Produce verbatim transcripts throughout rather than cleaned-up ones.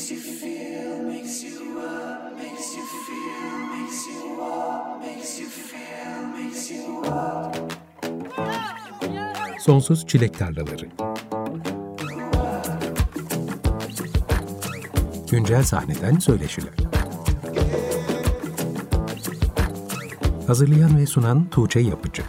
makes you feel, makes you up, makes you feel, makes you walk, makes you feel, makes you walk. Sonsuz Çilek Tarlaları. Güncel sahneden söyleşiler. Hazırlayan ve sunan Tuğçe Yapıcı.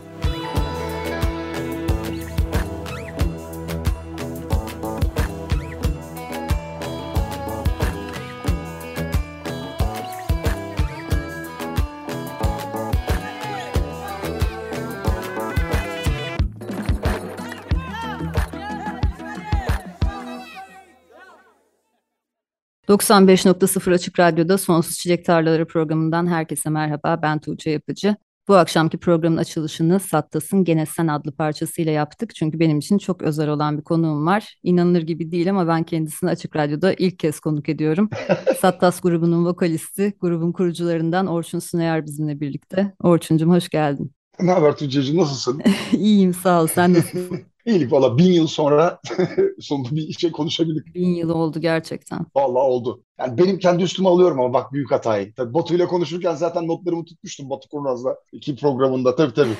doksan beş nokta sıfır Açık Radyo'da Sonsuz Çilek Tarlaları programından herkese merhaba. Ben Tuğçe Yapıcı. Bu akşamki programın açılışını Sattas'ın Gene Sen adlı parçasıyla yaptık. Çünkü benim için çok özel olan bir konuğum var. İnanılır gibi değil ama ben kendisini Açık Radyo'da ilk kez konuk ediyorum. Sattas grubunun vokalisti, grubun kurucularından Orçun Süneyer bizimle birlikte. Orçuncum hoş geldin. Ne haber Tuğçe'cim, nasılsın? İyiyim sağ ol, sen nasılsın? İyilik valla, bin yıl sonra sonunda bir şey konuşabildik. Bin yıl oldu gerçekten. Vallahi oldu. Yani benim kendi üstüme alıyorum ama bak, büyük hatayı. Tabii Batu ile konuşurken zaten notlarımı tutmuştum, Batu Kurnaz'la iki programında, tabii tabii.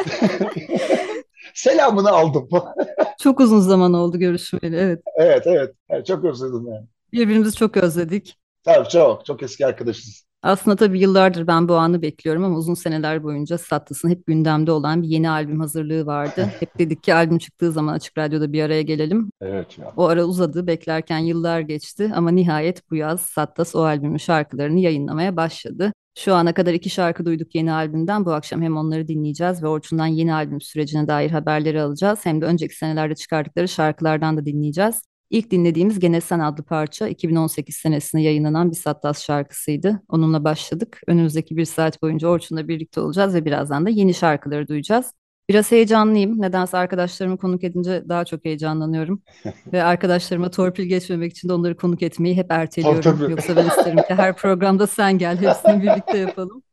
Selamını aldım. Çok uzun zaman oldu görüşmeli, evet. Evet evet, evet, çok özledim yani. Birbirimizi çok özledik. Tabii, çok çok eski arkadaşız. Aslında tabii yıllardır ben bu anı bekliyorum ama uzun seneler boyunca Sattas'ın hep gündemde olan bir yeni albüm hazırlığı vardı. Hep dedik ki albüm çıktığı zaman Açık Radyo'da bir araya gelelim. Evet ya. O ara uzadı, beklerken yıllar geçti ama nihayet bu yaz Sattas o albümün şarkılarını yayınlamaya başladı. Şu ana kadar iki şarkı duyduk yeni albümden. Bu akşam hem onları dinleyeceğiz ve Orçun'dan yeni albüm sürecine dair haberleri alacağız. Hem de önceki senelerde çıkardıkları şarkılardan da dinleyeceğiz. İlk dinlediğimiz Gene Sen adlı parça iki bin on sekiz senesinde yayınlanan bir Sattas şarkısıydı. Onunla başladık. Önümüzdeki bir saat boyunca Orçun'la birlikte olacağız ve birazdan da yeni şarkıları duyacağız. Biraz heyecanlıyım. Nedense arkadaşlarımı konuk edince daha çok heyecanlanıyorum. Ve arkadaşlarıma torpil geçmemek için de onları konuk etmeyi hep Tabii erteliyorum. tabii. Yoksa ben isterim ki her programda sen gel, hepsini birlikte yapalım.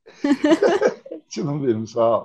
Canım benim, sağ ol.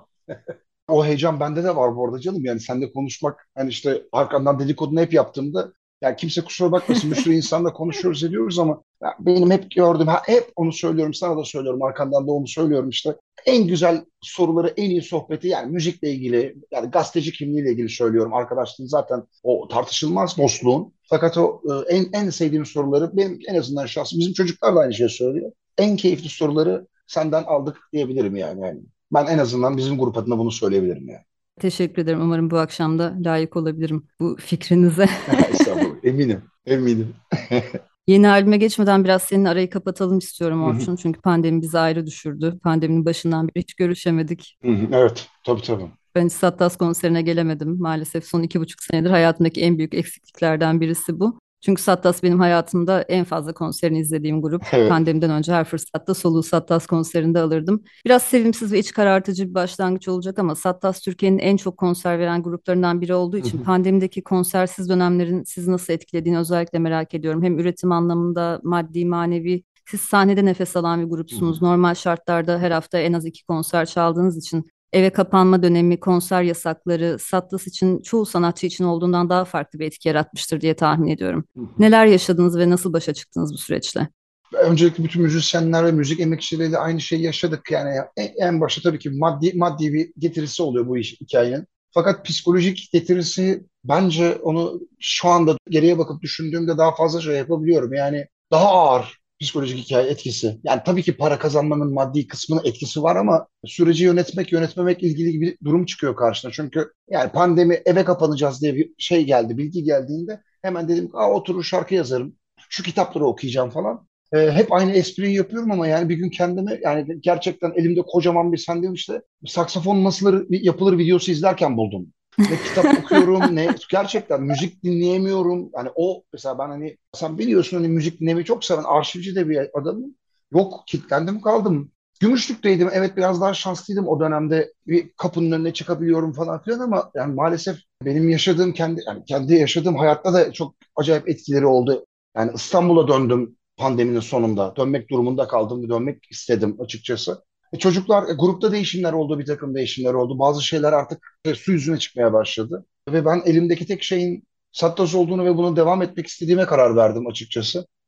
O heyecan bende de var bu arada canım. Yani seninle konuşmak, hani işte arkandan dedikodunu hep yaptığımda, yani kimse kusura bakmasın, bir sürü insanla konuşuyoruz ediyoruz ama ya benim hep gördüğüm, ha, hep onu söylüyorum, sana da söylüyorum, arkandan da onu söylüyorum işte. En güzel soruları, en iyi sohbeti, yani müzikle ilgili, yani gazeteci kimliğiyle ilgili söylüyorum. Arkadaşlığın zaten o tartışılmaz dostluğun. Fakat o e, en en sevdiğim soruları, benim en azından şahsım, bizim çocuklar da aynı şeyi söylüyor. En keyifli soruları senden aldık diyebilirim yani. Yani ben en azından bizim grup adına bunu söyleyebilirim yani. Teşekkür ederim. Umarım bu akşam da layık olabilirim bu fikrinize. Estağfurullah. Eminim. Eminim. Yeni albüme geçmeden biraz senin arayı kapatalım istiyorum Hı hı, Orçun. Çünkü pandemi bizi ayrı düşürdü. Pandeminin başından beri hiç görüşemedik. hı hı. Evet. Tabii tabii. Ben hiç Sattas konserine gelemedim. Maalesef son iki buçuk senedir hayatımdaki en büyük eksikliklerden birisi bu. Çünkü Sattas benim hayatımda en fazla konserini izlediğim grup. Evet. Pandemiden önce her fırsatta soluğu Sattas konserinde alırdım. Biraz sevimsiz ve iç karartıcı bir başlangıç olacak ama Sattas Türkiye'nin en çok konser veren gruplarından biri olduğu Hı için hı, pandemideki konsersiz dönemlerin sizi nasıl etkilediğini özellikle merak ediyorum. Hem üretim anlamında maddi manevi. Siz sahnede nefes alan bir hı hı. grupsunuz. Normal şartlarda her hafta en az iki konser çaldığınız için eve kapanma dönemi, konser yasakları, Sattas için çoğu sanatçı için olduğundan daha farklı bir etki yaratmıştır diye tahmin ediyorum. Hı hı. Neler yaşadınız ve nasıl başa çıktınız bu süreçle? Öncelikle bütün müzisyenler ve müzik emekçileriyle aynı şeyi yaşadık. Yani en, en başta tabii ki maddi maddi bir getirisi oluyor bu iş hikayenin. Fakat psikolojik getirisi, bence onu şu anda geriye bakıp düşündüğümde daha fazla şey yapabiliyorum. Yani daha ağır psikolojik hikaye etkisi. Yani tabii ki para kazanmanın maddi kısmının etkisi var ama süreci yönetmek yönetmemek ilgili bir durum çıkıyor karşına. Çünkü yani pandemi, eve kapanacağız diye bir şey geldi, bilgi geldiğinde hemen dedim, Aa, oturur şarkı yazarım, şu kitapları okuyacağım falan. E, hep aynı espriyi yapıyorum ama yani bir gün kendimi, yani gerçekten elimde kocaman bir sandviçte saksafon nasıl yapılır videosu izlerken buldum. Ne kitap okuyorum, ne gerçekten müzik dinleyemiyorum. Yani o mesela, ben hani, sen biliyorsun, hani müzik dinlemeyi çok seven, arşivci de bir adamım. Yok, kilitlendim kaldım. Gümüşlük'teydim. Evet, biraz daha şanslıydım o dönemde. Bir kapının önüne çıkabiliyorum falan filan ama yani maalesef benim yaşadığım, kendi yani kendi yaşadığım hayatta da çok acayip etkileri oldu. Yani İstanbul'a döndüm pandeminin sonunda. Dönmek durumunda kaldım. Dönmek istedim açıkçası. E, çocuklar, e, grupta değişimler oldu, bir takım değişimler oldu. Bazı şeyler artık e, su yüzüne çıkmaya başladı. Ve ben elimdeki tek şeyin Sattas olduğunu ve bunu devam etmek istediğime karar verdim açıkçası.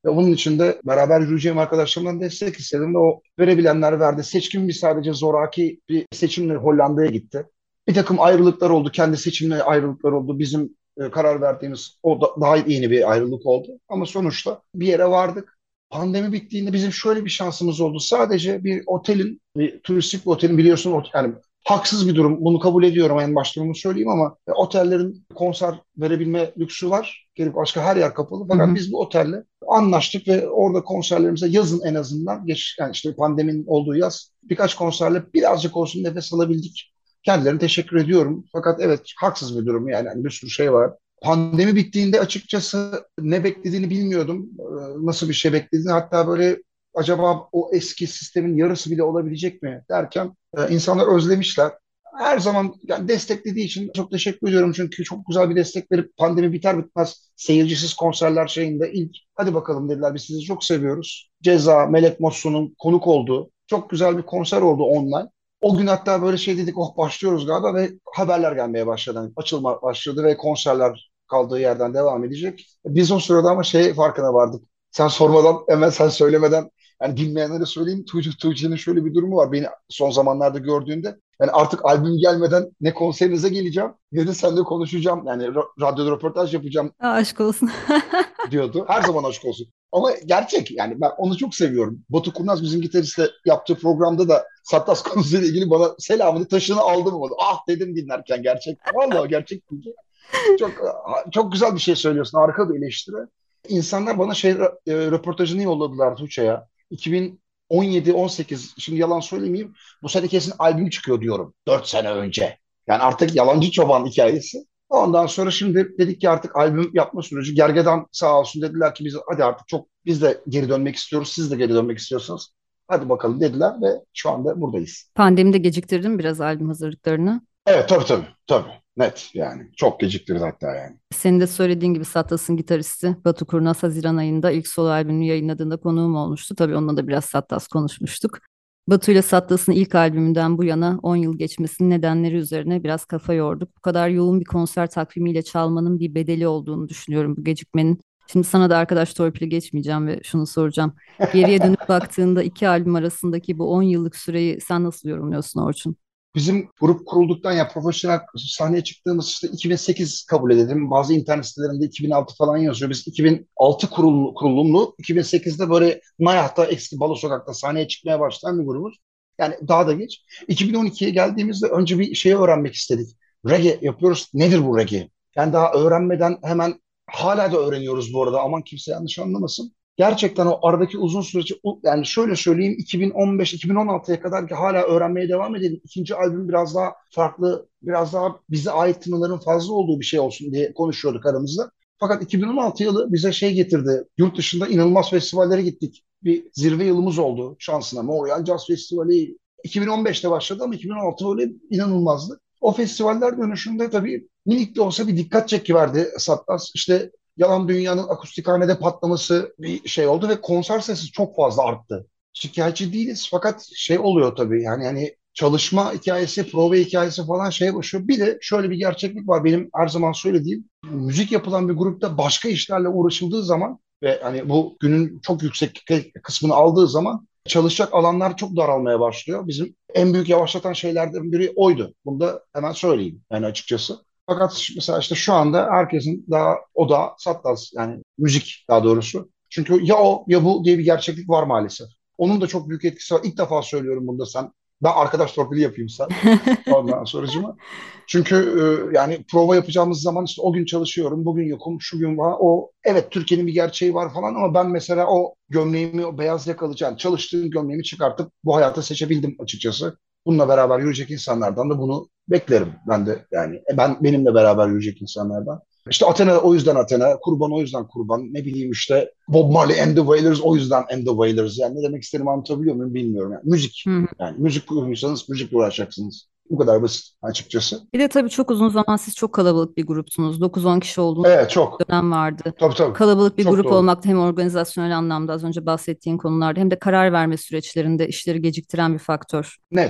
Ve onun için de beraber yürüyeceğim arkadaşlarımdan destek istedim ve o verebilenler verdi. Seçkin bir sadece zoraki bir seçimle Hollanda'ya gitti. Bir takım ayrılıklar oldu. Kendi seçimle ayrılıklar oldu. Bizim e, karar verdiğimiz o da, daha yeni bir ayrılık oldu. Ama sonuçta bir yere vardık. Pandemi bittiğinde bizim şöyle bir şansımız oldu. Sadece bir otelin, bir turistik bir otelin biliyorsun ot- yani haksız bir durum. Bunu kabul ediyorum en başta bunu söyleyeyim ama e, otellerin konser verebilme lüksü var. Gelip başka her yer kapalı. Hı Fakat hı. biz bu otelle anlaştık ve orada konserlerimize yazın en azından geç yani işte pandeminin olduğu yaz birkaç konserle birazcık olsun nefes alabildik. Kendilerine teşekkür ediyorum. Fakat evet haksız bir durum yani. Yani bir sürü şey var. Pandemi bittiğinde açıkçası ne beklediğini bilmiyordum. Ee, Nasıl bir şey beklediğini hatta böyle acaba o eski sistemin yarısı bile olabilecek mi derken e, insanlar özlemişler. Her zaman yani desteklediği için çok teşekkür ediyorum çünkü çok güzel bir destek verip pandemi biter bitmez seyircisiz konserler şeyinde ilk hadi bakalım dediler biz sizi çok seviyoruz. Ceza, Melek Mosso'nun konuk olduğu çok güzel bir konser oldu online. O gün hatta böyle şey dedik oh başlıyoruz galiba ve haberler gelmeye başladı. Yani açılma başladı ve konserler kaldığı yerden devam edecek. Biz o sırada ama şey farkına vardık. Sen sormadan hemen sen söylemeden yani bilmeyenlere söyleyeyim. Tuğçe, Tuğçe'nin şöyle bir durumu var. Beni son zamanlarda gördüğünde yani artık albüm gelmeden ne konserinize geleceğim ne de seninle konuşacağım. Yani ra- radyoda röportaj yapacağım Aa, aşk olsun. diyordu. Her zaman aşk olsun. Ama gerçek yani ben onu çok seviyorum. Batu Kurnaz bizim gitaristle yaptığı programda da Sattas konusuyla ilgili bana selamını taşını aldı mı? Ah dedim dinlerken gerçek. Vallahi gerçek bilgi. Çok çok güzel bir şey söylüyorsun. Harika bir eleştiri. İnsanlar bana şey e, röportajını yolladılar Tuğçe'ye. iki bin on yedi on sekiz şimdi yalan söylemeyeyim. Bu sene kesin albüm çıkıyor diyorum. Dört sene önce. Yani artık yalancı çoban hikayesi. Ondan sonra şimdi dedik ki artık albüm yapma süreci. Gergedan sağ olsun dediler ki biz hadi artık çok biz de geri dönmek istiyoruz. Siz de geri dönmek istiyorsanız. Hadi bakalım dediler ve şu anda buradayız. Pandemide geciktirdim biraz albüm hazırlıklarını. Evet tabii tabii tabii. Net yani. Çok geciktirdi hatta yani. Senin de söylediğin gibi Sattas'ın gitaristi Batu Kurnaz Haziran ayında ilk solo albümünü yayınladığında konuğum olmuştu. Tabii onunla da biraz Sattas konuşmuştuk. Batu ile Sattas'ın ilk albümünden bu yana on yıl geçmesinin nedenleri üzerine biraz kafa yorduk. Bu kadar yoğun bir konser takvimiyle çalmanın bir bedeli olduğunu düşünüyorum bu gecikmenin. Şimdi sana da arkadaş torpili geçmeyeceğim ve şunu soracağım. Geriye dönüp baktığında iki albüm arasındaki bu on yıllık süreyi sen nasıl yorumluyorsun Orçun? Bizim grup kurulduktan ya profesyonel sahneye çıktığımız işte iki bin sekiz kabul edelim. Bazı internet sitelerinde iki bin altı falan yazıyor. Biz iki bin altı kurul, kurulumlu, iki bin sekizde böyle Nayah'ta eski Balo Sokak'ta sahneye çıkmaya başlayan bir grubuz. Yani daha da geç. iki bin on ikiye geldiğimizde önce bir şeyi öğrenmek istedik. Reggae yapıyoruz. Nedir bu reggae? Yani daha öğrenmeden hemen hala da öğreniyoruz bu arada. Aman kimse yanlış anlamasın. Gerçekten o aradaki uzun süreci yani şöyle söyleyeyim iki bin on beş iki bin on altıya kadar ki hala öğrenmeye devam edelim. İkinci albüm biraz daha farklı, biraz daha bize ait tınıların fazla olduğu bir şey olsun diye konuşuyorduk aramızda. Fakat iki bin on altı yılı bize şey getirdi. Yurt dışında inanılmaz festivallere gittik. Bir zirve yılımız oldu şansına. Montreal Jazz Festivali iki bin on beşte başladı ama iki bin on altı böyle inanılmazdı. O festivaller dönüşünde tabii minik de olsa bir dikkat çeki verdi Sattas. İşte Yalan Dünya'nın akustikhanede patlaması bir şey oldu ve konser sesi çok fazla arttı. Şikayetçi değiliz fakat şey oluyor tabii yani hani çalışma hikayesi, prova hikayesi falan şeye başlıyor. Bir de şöyle bir gerçeklik var benim her zaman söylediğim. Müzik yapılan bir grupta başka işlerle uğraşıldığı zaman ve hani bu günün çok yüksek kısmını aldığı zaman çalışacak alanlar çok daralmaya başlıyor. Bizim en büyük yavaşlatan şeylerden biri oydu. Bunu da hemen söyleyeyim yani açıkçası. Fakat mesela işte şu anda herkesin daha o da Sattas yani müzik daha doğrusu. Çünkü ya o ya bu diye bir gerçeklik var maalesef. Onun da çok büyük etkisi var. İlk defa söylüyorum bunu da sen. Ben arkadaş torpili yapayım sen. Ondan sonracıma. Çünkü e, yani prova yapacağımız zaman işte o gün çalışıyorum, bugün yokum, şu gün var. O evet Türkiye'nin bir gerçeği var falan ama ben mesela o gömleğimi, o beyaz yakalı yani çalıştığım gömleğimi çıkartıp bu hayatı seçebildim açıkçası. Bununla beraber yürüyecek insanlardan da bunu beklerim ben de yani. E, ben benimle beraber yürüyecek insanlardan. İşte Athena o yüzden Athena, Kurban o yüzden Kurban. Ne bileyim işte Bob Marley and the Wailers o yüzden and the Wailers. Yani ne demek istediğimi anlatabiliyor muyum bilmiyorum. Yani müzik. Hı. Yani müzik kurmuşsanız müzikle uğraşacaksınız. Bu kadar basit açıkçası. Bir de tabii çok uzun zaman siz çok kalabalık bir gruptunuz. dokuz on kişi olduğunuz Evet çok. bir dönem vardı. Tabii tabii. Kalabalık bir Çok grup doğru. olmak da hem organizasyonel anlamda az önce bahsettiğin konularda hem de karar verme süreçlerinde işleri geciktiren bir faktör. Net.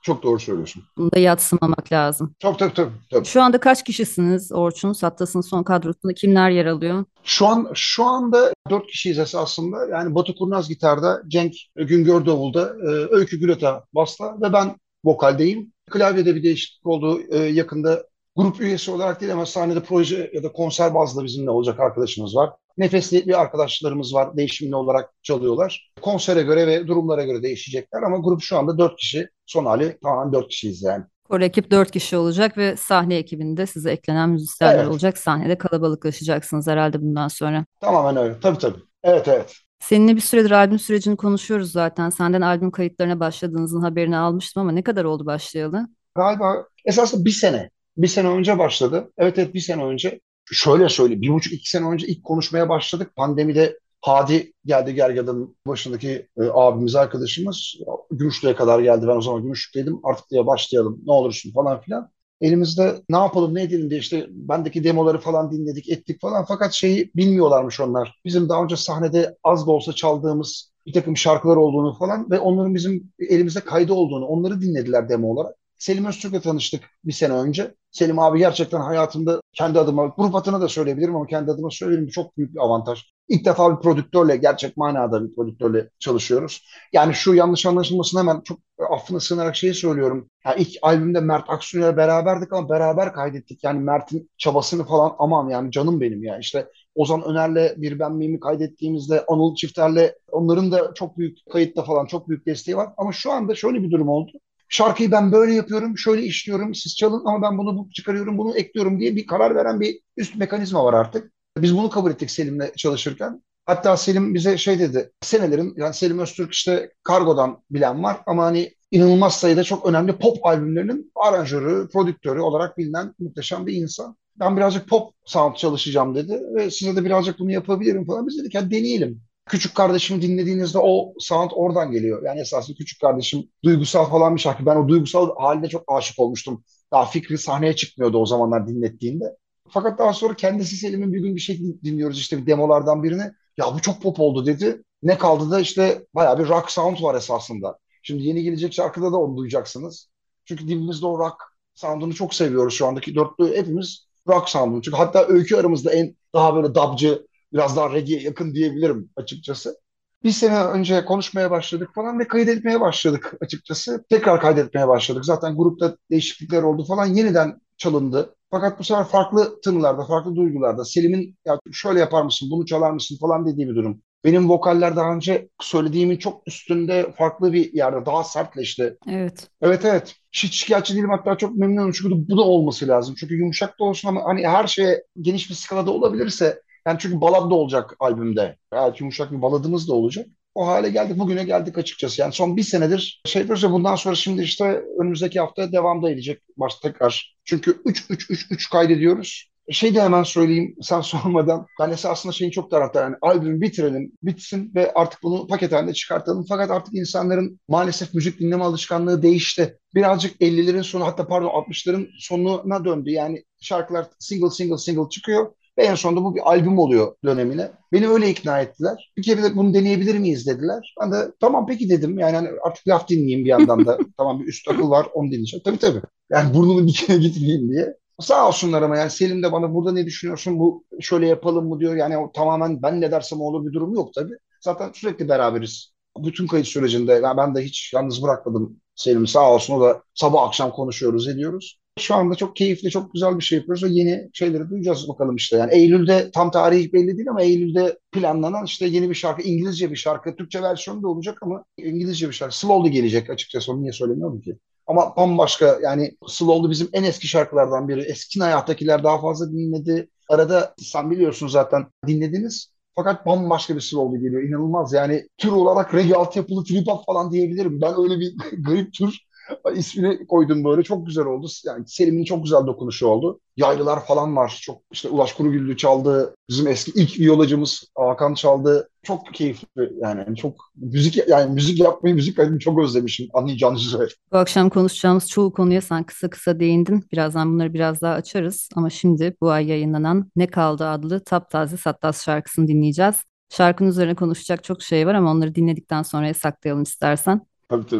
Çok doğru söylüyorsun. Bunu da yadsımamak lazım. Tabii tabii tabii. tabii. Şu anda kaç kişisiniz Orçun? Sattas'ın son kadrosunda kimler yer alıyor? Şu an şu anda dört kişiyiz esasında. Yani Batu Kurnaz gitarda, Cenk Güngör davulda, e, Öykü Gülata basta ve ben vokaldeyim. Klavyede bir değişiklik oldu. E, yakında grup üyesi olarak değil ama sahnede proje ya da konser bazlı bizimle olacak arkadaşımız var. Nefesli bir arkadaşlarımız var. Değişimli olarak çalıyorlar. Konsere göre ve durumlara göre değişecekler ama grup şu anda dört kişi. Son hali tamamen dört kişiyiz yani. Kor ekip dört kişi olacak ve sahne ekibinde size eklenen müzisyenler Evet, olacak. Sahnede kalabalıklaşacaksınız herhalde bundan sonra. tamamen öyle. Tabii tabii. Evet evet. Seninle bir süredir albüm sürecini konuşuyoruz zaten. Senden albüm kayıtlarına başladığınızın haberini almıştım ama ne kadar oldu başlayalı? Galiba esasında bir sene. Bir sene önce başladı. Evet evet bir sene önce. Şöyle söyleyeyim. Bir buçuk iki sene önce ilk konuşmaya başladık. Pandemide Hadi geldi Gergedan'ın başındaki e, abimiz, arkadaşımız. Gümüşlü'ye kadar geldi. Ben o zaman Gümüşlük'teydim. Artık diye başlayalım ne olursun falan filan. Elimizde ne yapalım ne edelim diye işte bendeki demoları falan dinledik ettik falan. Fakat şeyi bilmiyorlarmış onlar. Bizim daha önce sahnede az da olsa çaldığımız bir takım şarkılar olduğunu falan ve onların bizim elimizde kaydı olduğunu onları dinlediler demo olarak. Selim Öztürk'le tanıştık bir sene önce. Selim abi gerçekten hayatımda kendi adıma, grup adına da söyleyebilirim ama kendi adıma söyleyeyim çok büyük bir avantaj. İlk defa bir prodüktörle, gerçek manada bir prodüktörle çalışıyoruz. Yani şu yanlış anlaşılmasın hemen çok affına sığınarak şeyi söylüyorum. Yani ilk albümde Mert Aksu'yla beraberdik ama beraber kaydettik. Yani Mert'in çabasını falan aman yani canım benim ya. İşte Ozan Öner'le Bir Ben Miyim'i kaydettiğimizde Anıl Çifter'le onların da çok büyük kayıtta falan çok büyük desteği var. Ama şu anda şöyle bir durum oldu. Şarkıyı ben böyle yapıyorum, şöyle işliyorum, siz çalın ama ben bunu çıkarıyorum, bunu ekliyorum diye bir karar veren bir üst mekanizma var artık. Biz bunu kabul ettik Selim'le çalışırken. Hatta Selim bize şey dedi, senelerin, yani Selim Öztürk işte Kargo'dan bilen var ama hani inanılmaz sayıda çok önemli pop albümlerinin aranjörü, prodüktörü olarak bilinen muhteşem bir insan. Ben birazcık pop sound çalışacağım dedi ve size de birazcık bunu yapabilirim falan. Biz dedik ya deneyelim. Küçük kardeşimi dinlediğinizde o sound oradan geliyor. Yani esasında küçük kardeşim duygusal falan bir şarkı. Ben o duygusal haline çok aşık olmuştum. Daha Fikri sahneye çıkmıyordu o zamanlar dinlettiğinde. Fakat daha sonra kendisi Selim'in bir gün bir şey dinliyoruz işte bir demolardan birini. Ya bu çok pop oldu dedi. Ne kaldı da işte bayağı bir rock sound var esasında. Şimdi yeni gelecek şarkıda da onu duyacaksınız. Çünkü dibimizde o rock sound'unu çok seviyoruz şu andaki dörtlü hepimiz rock sound'unu. Çünkü hatta Öykü aramızda en daha böyle dabcı, biraz daha reggae'ye yakın diyebilirim açıkçası. Bir sene önce konuşmaya başladık falan ve kaydetmeye başladık açıkçası. Tekrar kaydetmeye başladık. Zaten grupta değişiklikler oldu falan yeniden çalındı. Fakat bu sefer farklı tınılarda, farklı duygularda. Selim'in ya şöyle yapar mısın, bunu çalar mısın falan dediği bir durum. Benim vokaller daha önce söylediğimin çok üstünde farklı bir yerde, daha sertleşti. Evet. Evet evet. Hiç şikayetçi değilim hatta çok memnunum çünkü bu da olması lazım. Çünkü yumuşak da olsun ama hani her şeye geniş bir skalada olabilirse yani çünkü balad da olacak albümde. Evet yumuşak bir baladımız da olacak. O hale geldik bugüne geldik açıkçası. Yani son bir senedir şey yapıyoruz ya bundan sonra şimdi işte önümüzdeki hafta devamda edecek baş tekrar. Çünkü üç üç üç üç kaydediyoruz. Şey de hemen söyleyeyim sen sormadan. Ben esasında şeyin çok taraftarıyım. Yani albümü bitirelim, bitsin ve artık bunu paket halinde çıkartalım. Fakat artık insanların maalesef müzik dinleme alışkanlığı değişti. Birazcık ellilerin sonu hatta pardon altmışların sonuna döndü. Yani şarkılar single single single çıkıyor. Ve en sonunda bu bir albüm oluyor dönemine. Beni öyle ikna ettiler. Bir kere de bunu deneyebilir miyiz dediler. Ben de tamam peki dedim. Yani hani artık laf dinleyeyim bir yandan da. Tamam bir üst akıl var onu dinleyeceğim. Tabii tabii. Yani burnumu dikine gitmeyeyim diye. Sağ olsunlar ama yani Selim de bana burada ne düşünüyorsun bu şöyle yapalım mı diyor. Yani o tamamen ben ne dersem olur bir durum yok tabii. Zaten sürekli beraberiz. Bütün kayıt sürecinde yani ben de hiç yalnız bırakmadım Selim'i sağ olsun. O da sabah akşam konuşuyoruz ediyoruz. Şu anda çok keyifli, çok güzel bir şey yapıyoruz ve yeni şeyleri duyacağız bakalım işte. Yani Eylül'de tam tarihi belli değil ama Eylül'de planlanan işte yeni bir şarkı, İngilizce bir şarkı, Türkçe versiyonu da olacak ama İngilizce bir şarkı. Slowly gelecek açıkçası onu niye söylemiyorum ki. Ama bambaşka yani Slowly bizim en eski şarkılardan biri. Eski Hayat'takiler daha fazla dinledi. Arada sen biliyorsun zaten dinlediniz. Fakat bambaşka bir Slowly geliyor. İnanılmaz yani tür olarak reggae altyapılı trip hop falan diyebilirim. Ben öyle bir garip tür ismini koydum böyle. Çok güzel oldu. Yani Selim'in çok güzel dokunuşu oldu. Yaylılar falan var. Çok işte Ulaş Kurugüllü çaldı. Bizim eski ilk viyolacımız Hakan çaldı. Çok keyifli yani. Yani çok müzik yani müzik yapmayı, müzik yapmayı çok özlemişim. Anlayacağınız üzere. Bu akşam konuşacağımız çoğu konuya sen kısa kısa değindin. Birazdan bunları biraz daha açarız. Ama şimdi bu ay yayınlanan Ne Kaldı adlı taptaze Sattas şarkısını dinleyeceğiz. Şarkının üzerine konuşacak çok şey var ama onları dinledikten sonraya saklayalım istersen. Tabii tabii.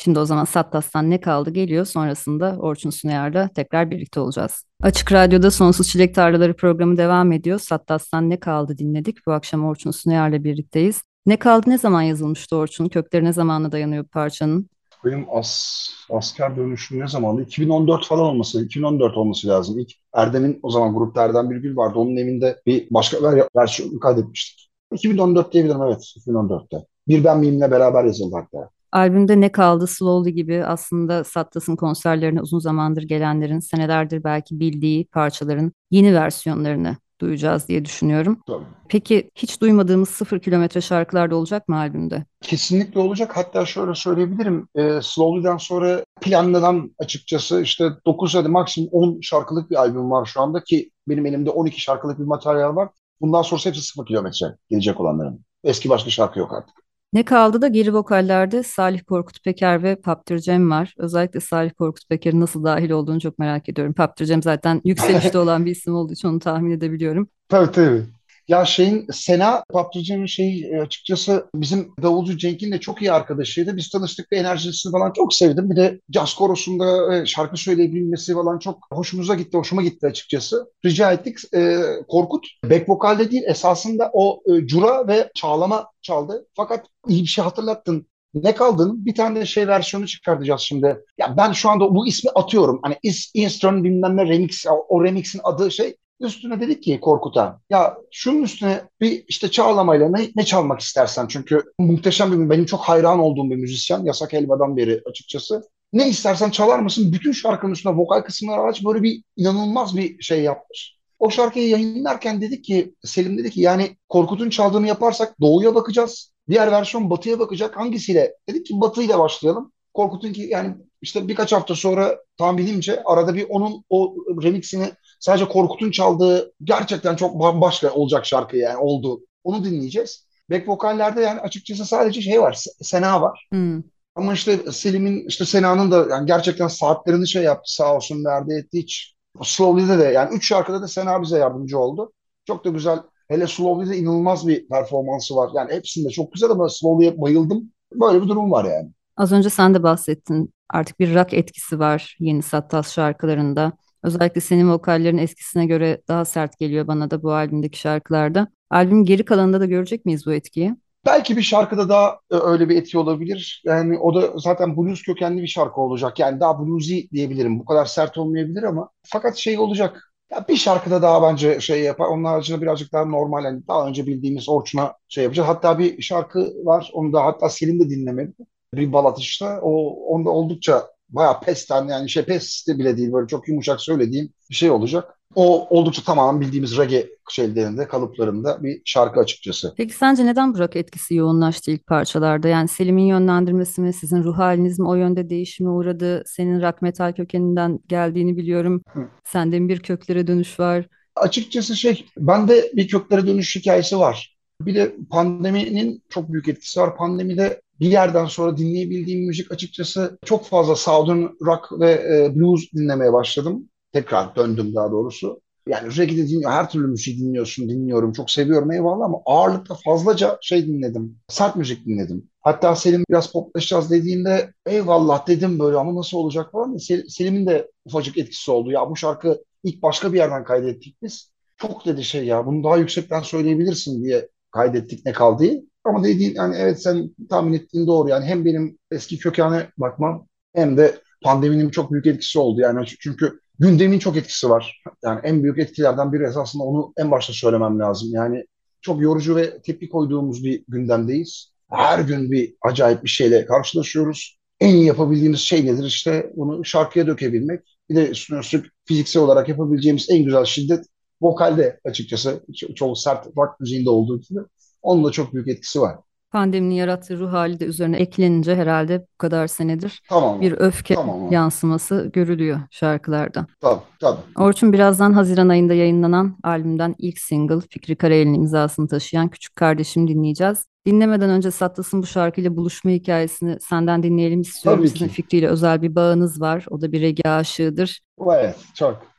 Şimdi o zaman Sattas'tan Ne Kaldı geliyor. Sonrasında Orçun Sunayar'la tekrar birlikte olacağız. Açık Radyo'da Sonsuz Çilek Tarlaları programı devam ediyor. Sattas'tan Ne Kaldı dinledik. Bu akşam Orçun Sunayar'la birlikteyiz. Ne Kaldı ne zaman yazılmıştı Orçun? Kökleri ne zamana dayanıyor bu parçanın? Benim as, asker dönüşüm ne zamandı? iki bin on dört falan olması, iki bin on dört olması lazım. İlk Erdem'in o zaman grupta Erdem Bülbül vardı. Onun evinde bir başka ver, versiyonu kaydetmiştik. iki bin on dört diyebilirim, evet, iki bin on dörtte. Bir Ben Miyim'le beraber yazıldı hatta. Albümde Ne Kaldı, Slowly gibi aslında Sattas'ın konserlerine uzun zamandır gelenlerin, senelerdir belki bildiği parçaların yeni versiyonlarını duyacağız diye düşünüyorum. Tabii. Peki hiç duymadığımız sıfır kilometre şarkılar da olacak mı albümde? Kesinlikle olacak. Hatta şöyle söyleyebilirim. E, Slowly'den sonra planlanan açıkçası işte dokuz hadi maksimum on şarkılık bir albüm var şu anda ki benim elimde on iki şarkılık bir materyal var. Bundan sonrası hepsi sıfır kilometre gelecek olanların. Eski başka şarkı yok artık. Ne Kaldı da geri vokallerde Salih Korkut Peker ve Paptır Cem var. Özellikle Salih Korkut Peker'in nasıl dahil olduğunu çok merak ediyorum. Paptır Cem zaten yükselişte olan bir isim olduğu için onu tahmin edebiliyorum. Tabii tabii. Ya şeyin Sena Paptırcı'nın şey e, açıkçası bizim davulcu Cenk'in de çok iyi arkadaşıydı. Biz tanıştık ve enerjisini falan çok sevdim. Bir de caz korosunda e, şarkı söyleyebilmesi falan çok hoşumuza gitti, hoşuma gitti açıkçası. Rica ettik. E, Korkut back vokalde değil esasında o e, cura ve çağlama çaldı. Fakat iyi bir şey hatırlattın. Ne kaldın? Bir tane de şey versiyonu çıkartacağız şimdi. Ya ben şu anda bu ismi atıyorum. Hani is, Instron bilmem ne remix, o, o remixin adı şey. Üstüne dedik ki Korkut'a ya şunun üstüne bir işte çağlamayla ne, ne çalmak istersen çünkü muhteşem bir benim çok hayran olduğum bir müzisyen Yasak Elva'dan beri açıkçası. Ne istersen çalar mısın? Bütün şarkının üstüne vokal kısımları aç böyle bir inanılmaz bir şey yapmış. O şarkıyı yayınlarken dedik ki Selim dedi ki yani Korkut'un çaldığını yaparsak Doğu'ya bakacağız. Diğer versiyon Batı'ya bakacak. Hangisiyle? Dedik ki Batı ile başlayalım. Korkut'un ki yani işte birkaç hafta sonra tahminimce arada bir onun o remixini sadece Korkut'un çaldığı gerçekten çok bambaşka olacak şarkı yani oldu. Onu dinleyeceğiz. Back vokallerde yani açıkçası sadece şey var. Sena var. Hmm. Ama işte Selim'in işte Sena'nın da yani gerçekten saatlerini şey yaptı sağ olsun verdi etti hiç. Slowly'de de yani üç şarkıda da Sena bize yardımcı oldu. Çok da güzel. Hele Slowly'de inanılmaz bir performansı var. Yani hepsinde çok güzel ama Slowly'ye bayıldım. Böyle bir durum var yani. Az önce sen de bahsettin. Artık bir rock etkisi var yeni Sattas şarkılarında. Özellikle senin vokallerin eskisine göre daha sert geliyor bana da bu albümdeki şarkılarda. Albümün geri kalanında da görecek miyiz bu etkiyi? Belki bir şarkıda daha e, öyle bir etki olabilir. Yani o da zaten blues kökenli bir şarkı olacak. Yani daha bluesy diyebilirim. Bu kadar sert olmayabilir ama fakat şey olacak. Ya bir şarkıda daha bence şey yapar. Onun haricinde birazcık daha normal. Yani daha önce bildiğimiz Orçun'a şey yapacağız. Hatta bir şarkı var. Onu da hatta Selim de dinlemedi. Bir balat işte. O onda oldukça bayağı pesten yani şey pes de bile değil. Böyle çok yumuşak söylediğim bir şey olacak. O oldukça tamamen bildiğimiz reggae şeylerinde, kalıplarında bir şarkı açıkçası. Peki sence neden bu rock etkisi yoğunlaştı ilk parçalarda? Yani Selim'in yönlendirmesi mi, sizin ruh haliniz mi o yönde değişime uğradı? Senin rock metal kökeninden geldiğini biliyorum. Hı. Sende mi bir köklere dönüş var? Açıkçası şey, bende bir köklere dönüş hikayesi var. Bir de pandeminin çok büyük etkisi var. Pandemide bir yerden sonra dinleyebildiğim müzik açıkçası çok fazla Southern rock ve e, blues dinlemeye başladım. Tekrar döndüm daha doğrusu. Yani reggae de dinliyorum, her türlü müziği dinliyorsun, dinliyorum. Çok seviyorum eyvallah ama ağırlıkta fazlaca şey dinledim. Sert müzik dinledim. Hatta Selim biraz poplaşacağız dediğinde eyvallah dedim böyle ama nasıl olacak falan. Sel- Selim'in de ufacık etkisi oldu. Ya bu şarkı İlk başka bir yerden kaydettik biz. Çok dedi şey ya bunu daha yüksekten söyleyebilirsin diye kaydettik ne kaldı. Ama dediğin yani evet sen tahmin ettiğin doğru. Yani hem benim eski kökene bakmam hem de pandeminin çok büyük etkisi oldu. Yani çünkü gündemin çok etkisi var. Yani en büyük etkilerden biri esasında onu en başta söylemem lazım. Yani çok yorucu ve tepki koyduğumuz bir gündemdeyiz. Her gün bir acayip bir şeyle karşılaşıyoruz. En iyi yapabildiğimiz şey nedir? İşte bunu şarkıya dökebilmek. Bir de üstüne üstlük fiziksel olarak yapabileceğimiz en güzel şiddet vokalde açıkçası. Ço- Çoğu sert rock müziğinde olduğu gibi. Onun da çok büyük etkisi var. Pandeminin yarattığı ruh hali de üzerine eklenince herhalde bu kadar senedir bir Tamam. öfke Tamam. yansıması görülüyor şarkılarda. Tabii tabii. Orçun birazdan Haziran ayında yayınlanan albümden ilk single Fikri Karayel'in imzasını taşıyan Küçük Kardeşim dinleyeceğiz. Dinlemeden önce Sattas'ın bu şarkıyla buluşma hikayesini senden dinleyelim istiyorum. Tabii Sizin ki. Fikri'yle özel bir bağınız var. O da bir reggae aşığıdır. Evet çok. Bu şarkı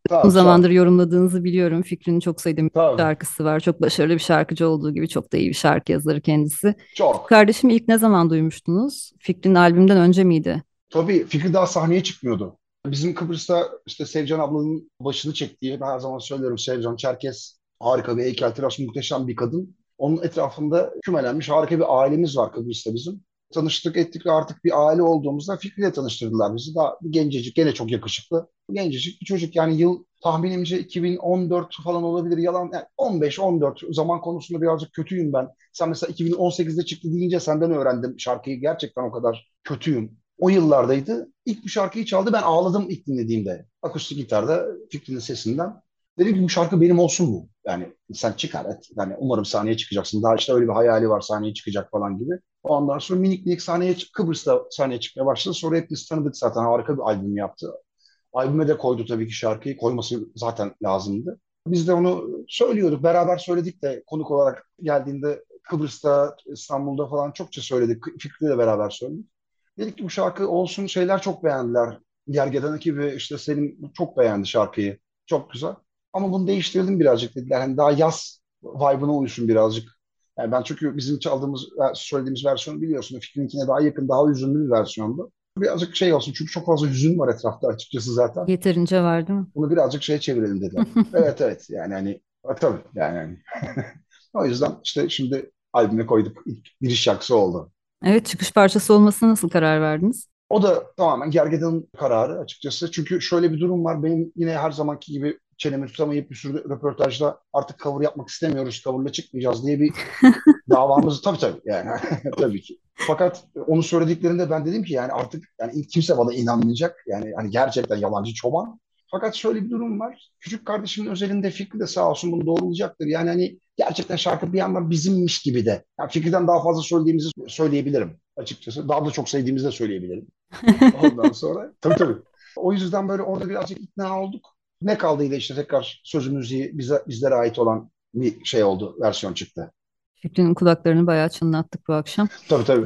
Sağ Uzun ol, sağ ol. zamandır yorumladığınızı biliyorum. Fikri'nin çok sayıda müzik Tabii. şarkısı var. Çok başarılı bir şarkıcı olduğu gibi çok da iyi bir şarkı yazarı kendisi. Küçük Çok. Kardeşim'i ilk ne zaman duymuştunuz? Fikri'nin albümden önce miydi? Tabii Fikri daha sahneye çıkmıyordu. Bizim Kıbrıs'ta işte Sevcan ablanın başını çektiği, ben her zaman söylüyorum, Sevcan Çerkes harika bir heykeltıraş, muhteşem bir kadın. Onun etrafında kümelenmiş harika bir ailemiz var Kıbrıs'ta bizim. Tanıştık ettik ve artık bir aile olduğumuzda Fikri'yle tanıştırdılar bizi. Daha bir gencecik, gene çok yakışıklı. Gencecik bir çocuk, yani yıl tahminimce iki bin on dört falan olabilir. Yalan yani on beş on dört, zaman konusunda birazcık kötüyüm ben. Sen mesela iki bin on sekizde çıktı deyince senden öğrendim şarkıyı. Gerçekten o kadar kötüyüm. O yıllardaydı. İlk bu şarkıyı çaldı. Ben ağladım ilk dinlediğimde. Akustik gitarda Fikri'nin sesinden. Dedim ki bu şarkı benim olsun mu? Yani sen çıkar et. Yani umarım sahneye çıkacaksın. Daha işte öyle bir hayali var, sahneye çıkacak falan gibi. O andan sonra minik minik sahneye çık Kıbrıs'ta sahneye çıkmaya başladı. Sonra hepimiz tanıdık zaten. Harika bir albüm yaptı. Albüme de koydu tabii ki şarkıyı. Koyması zaten lazımdı. Biz de onu söylüyorduk. Beraber söyledik de konuk olarak geldiğinde Kıbrıs'ta, İstanbul'da falan çokça söyledik. Fikri'yle de beraber söyledik. Dedik ki bu şarkı olsun, şeyler çok beğendiler. Gergedan ekibi işte Selim çok beğendi şarkıyı. Çok güzel. Ama bunu değiştirelim birazcık dediler. Hani daha yaz vibe'ına uysun birazcık. Yani ben çünkü bizim çaldığımız, söylediğimiz versiyonu biliyorsun. Fikrinkine daha yakın, daha hüzünlü bir versiyondu. Birazcık şey olsun çünkü çok fazla hüzün var etrafta açıkçası zaten. Yeterince var değil mi? Bunu birazcık şeye çevirelim dediler. Evet, evet, yani hani e, tabii yani hani. O yüzden işte şimdi albüme koyduk. İlk giriş şarkısı oldu. Evet, çıkış parçası olmasına nasıl karar verdiniz? O da tamamen Gergedan'ın kararı açıkçası. Çünkü şöyle bir durum var. Benim yine her zamanki gibi çenemi tutamayıp bir sürü röportajda artık cover yapmak istemiyoruz, coverla çıkmayacağız diye bir davamız, tabii tabii yani tabii ki. Fakat onu söylediklerinde ben dedim ki yani artık yani kimse bana inanmayacak. Yani hani gerçekten yalancı çoban. Fakat şöyle bir durum var. Küçük kardeşimin özelinde Fikri de sağ olsun bunu doğrulayacaktır. Yani hani gerçekten şarkı bir yandan bizimmiş gibi de. Yani Fikri'den daha fazla söylediğimizi söyleyebilirim açıkçası. Daha da çok sevdiğimizi de söyleyebilirim. Ondan sonra tabii tabii. O yüzden böyle orada birazcık ikna olduk. Ne kaldıydı işte tekrar sözü müziği bize, bizlere ait olan bir şey oldu. Versiyon çıktı. Fikri'nin kulaklarını bayağı çınlattık bu akşam. Tabii tabii.